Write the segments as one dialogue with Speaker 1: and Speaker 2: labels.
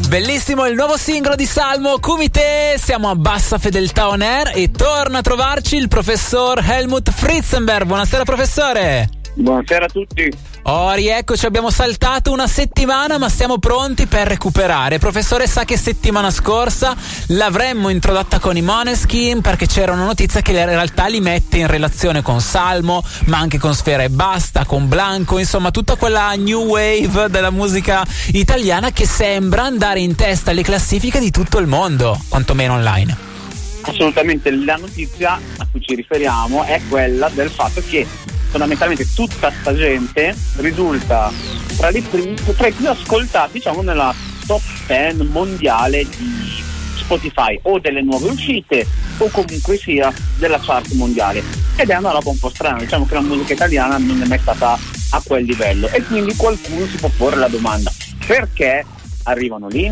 Speaker 1: Bellissimo il nuovo singolo di Salmo, Kumite. Siamo a Bassa Fedeltà On Air e torna a trovarci il professor Helmut Fritzenberg. Buonasera professore.
Speaker 2: Buonasera a tutti.
Speaker 1: Rieccoci, abbiamo saltato una settimana ma siamo pronti per recuperare. Professore, sa che settimana scorsa l'avremmo introdotta con i Måneskin perché c'era una notizia che in realtà li mette in relazione con Salmo, ma anche con Sfera Ebbasta, con Blanco, insomma tutta quella new wave della musica italiana che sembra andare in testa alle classifiche di tutto il mondo, quantomeno online.
Speaker 2: Assolutamente, la notizia a cui ci riferiamo è quella del fatto che fondamentalmente tutta sta gente risulta tra i più ascoltati, diciamo, nella top 10 mondiale di Spotify, o delle nuove uscite o comunque sia della chart mondiale, ed è una roba un po' strana. Diciamo che la musica italiana non è mai stata a quel livello, e quindi qualcuno si può porre la domanda: perché arrivano lì?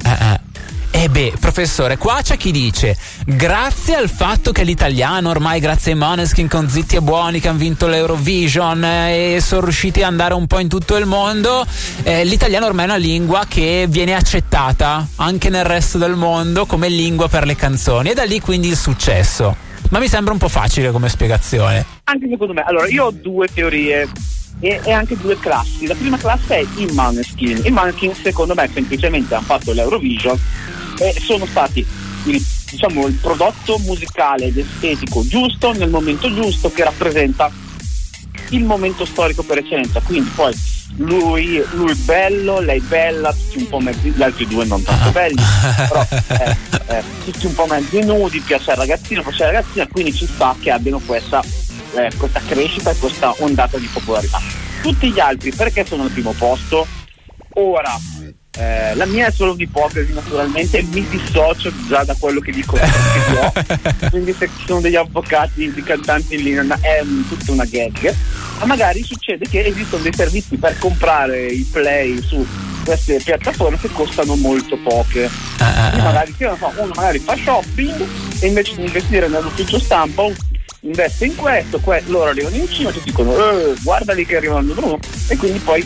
Speaker 1: Professore, qua c'è chi dice grazie al fatto che l'italiano ormai, grazie ai Måneskin con Zitti e Buoni che hanno vinto l'Eurovision e sono riusciti ad andare un po' in tutto il mondo, l'italiano ormai è una lingua che viene accettata anche nel resto del mondo come lingua per le canzoni, e da lì quindi il successo. Ma mi sembra un po' facile come spiegazione.
Speaker 2: Anche secondo me. Allora, io ho due teorie e anche due classi. La prima classe è i Måneskin. I Måneskin secondo me semplicemente hanno fatto l'Eurovision e sono stati il prodotto musicale ed estetico giusto nel momento giusto, che rappresenta il momento storico per eccellenza. Quindi poi lui bello, lei bella, tutti un po' mezzi, gli altri due non tanto belli, però tutti un po' mezzi nudi, piace al ragazzino, piace alla ragazzina, quindi ci sta che abbiano questa crescita e questa ondata di popolarità. Tutti gli altri perché sono al primo posto? Ora, la mia è solo un'ipotesi, naturalmente mi dissocio già da quello che dico, quindi se ci sono degli avvocati di cantanti lì è tutta una gag, ma magari succede che esistono dei servizi per comprare i play su queste piattaforme che costano molto poche, quindi magari uno magari fa shopping e invece di investire nell'ufficio stampa investe in questo, loro arrivano in cima e ti dicono guarda lì che arrivano al numero uno, e quindi poi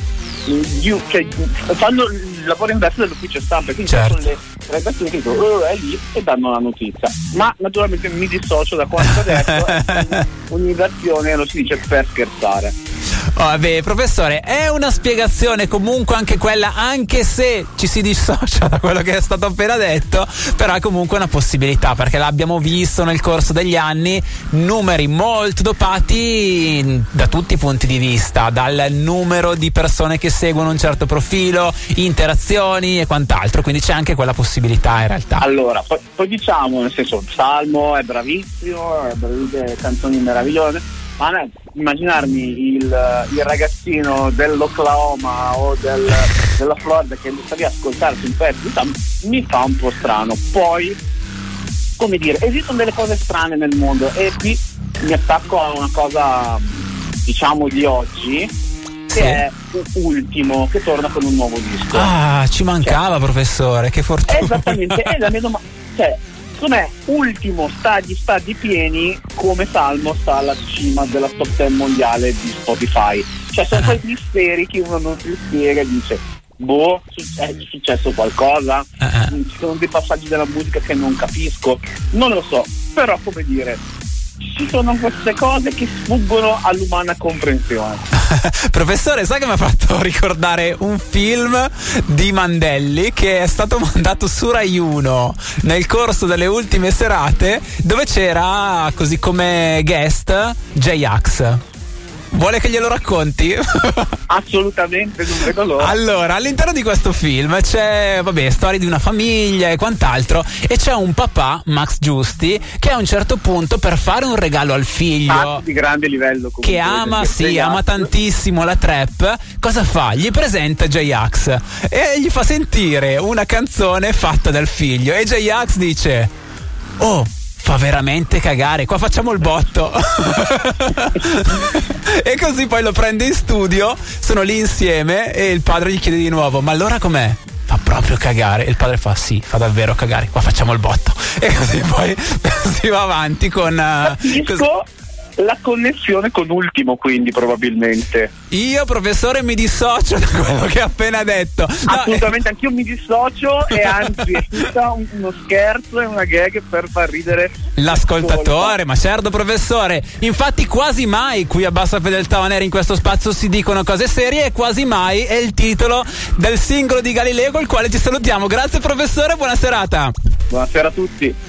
Speaker 2: fanno il lavoro inverso dell'ufficio stampa, e quindi sono le ragazzine che dicono è lì e danno la notizia. Ma naturalmente mi dissocio da quanto ho detto, è un'inversione, lo si dice per scherzare.
Speaker 1: Professore, è una spiegazione comunque anche quella, anche se ci si dissocia da quello che è stato appena detto, però è comunque una possibilità, perché l'abbiamo visto nel corso degli anni, numeri molto dopati da tutti i punti di vista, dal numero di persone che seguono un certo profilo, interazioni e quant'altro, quindi c'è anche quella possibilità in realtà. Allora,
Speaker 2: poi diciamo, nel senso, Salmo è bravissimo, canzoni meravigliose, ma immaginarmi il ragazzino dell'Oklahoma o della Florida che sta lì a ascoltarsi un pezzo, mi fa un po' strano. Poi, come dire, esistono delle cose strane nel mondo, e qui mi attacco a una cosa, diciamo, di oggi, che è Ultimo, che torna con un nuovo disco.
Speaker 1: Ci mancava, professore, che fortuna.
Speaker 2: Esattamente, è la mia domanda. Secondo me Ultimo sta agli stadi pieni come Salmo sta alla cima della top 10 mondiale di Spotify. Sono quei misteri che uno non si spiega e dice è successo qualcosa? Ci sono dei passaggi della musica che non capisco, non lo so, però come dire, ci sono queste cose che sfuggono all'umana comprensione.
Speaker 1: Professore, sai che mi ha fatto ricordare un film di Mandelli che è stato mandato su Rai 1 nel corso delle ultime serate, dove c'era così come guest J-Ax. Vuole che glielo racconti?
Speaker 2: Assolutamente, non vedo l'ora.
Speaker 1: Allora, all'interno di questo film c'è, storie di una famiglia e quant'altro, e c'è un papà, Max Giusti, che a un certo punto, per fare un regalo al figlio
Speaker 2: di grande livello comunque,
Speaker 1: che ama tantissimo la trap, cosa fa? Gli presenta J-Ax e gli fa sentire una canzone fatta dal figlio, e J-Ax dice: fa veramente cagare, qua facciamo il botto. E così poi lo prende in studio, sono lì insieme, e il padre gli chiede di nuovo: ma allora com'è? Fa proprio cagare. E il padre fa: sì, fa davvero cagare, qua facciamo il botto. E così poi si va avanti con
Speaker 2: La connessione con Ultimo, quindi probabilmente.
Speaker 1: Io, professore, mi dissocio da quello che ha appena detto.
Speaker 2: Assolutamente, anch'io mi dissocio e anzi è tutta uno scherzo e una gag per far ridere
Speaker 1: l'ascoltatore, ma certo, professore. Infatti quasi mai qui a Bassa Fedeltà On Air in questo spazio si dicono cose serie, e quasi mai è il titolo del singolo di Galileo col quale ci salutiamo. Grazie professore, buona serata.
Speaker 2: Buonasera a tutti.